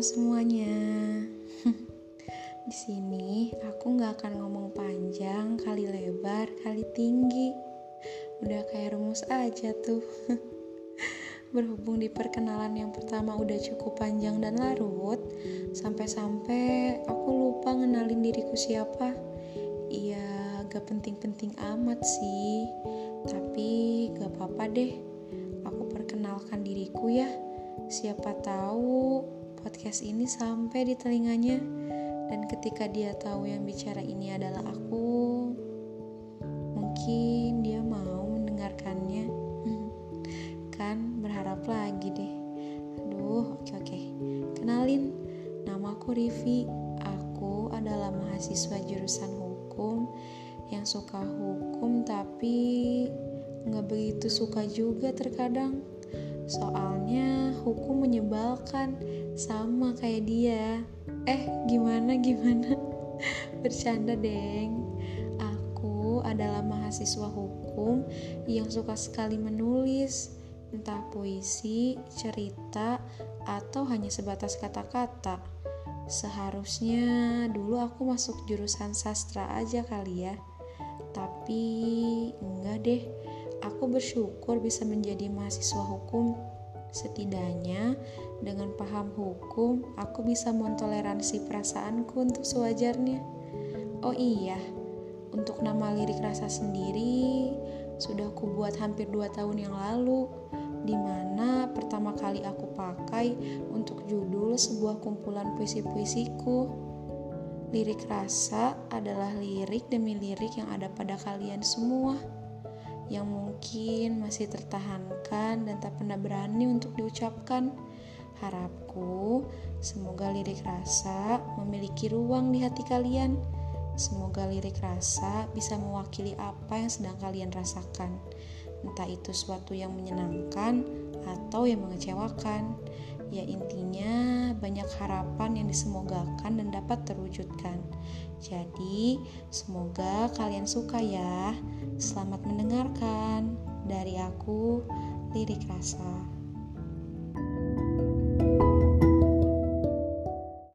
Halo semuanya. Di sini aku nggak akan ngomong panjang, kali lebar, kali tinggi. Udah kayak rumus aja tuh. Berhubung di perkenalan yang pertama udah cukup panjang dan larut, sampai-sampai aku lupa ngenalin diriku siapa. Iya, gak penting-penting amat sih. Tapi gak apa-apa deh. Aku perkenalkan diriku ya. Siapa tahu podcast ini sampai di telinganya, dan ketika dia tahu yang bicara ini adalah aku, mungkin dia mau mendengarkannya. Kan berharap lagi deh. Aduh, oke. Kenalin, nama aku Rivi. Aku adalah mahasiswa jurusan hukum yang suka hukum tapi gak begitu suka juga terkadang. Soalnya hukum menyebalkan, sama kayak dia. Gimana? Bercanda deng. Aku adalah mahasiswa hukum yang suka sekali menulis, entah puisi, cerita, atau hanya sebatas kata-kata. Seharusnya dulu aku masuk jurusan sastra aja kali ya. Tapi enggak deh. Aku bersyukur bisa menjadi mahasiswa hukum. Setidaknya dengan paham hukum, aku bisa mentoleransi perasaanku untuk sewajarnya. Oh iya, untuk nama lirik rasa sendiri sudah aku buat hampir 2 tahun yang lalu, dimana pertama kali aku pakai untuk judul sebuah kumpulan puisi-puisiku. Lirik rasa adalah lirik demi lirik yang ada pada kalian semua, yang mungkin masih tertahankan dan tak pernah berani untuk diucapkan. Harapku, semoga lirik rasa memiliki ruang di hati kalian. Semoga lirik rasa bisa mewakili apa yang sedang kalian rasakan, entah itu suatu yang menyenangkan atau yang mengecewakan. Ya intinya banyak harapan yang disemogakan dan dapat terwujudkan. Jadi semoga kalian suka ya. Selamat mendengarkan. Dari aku, Lirik Rasa.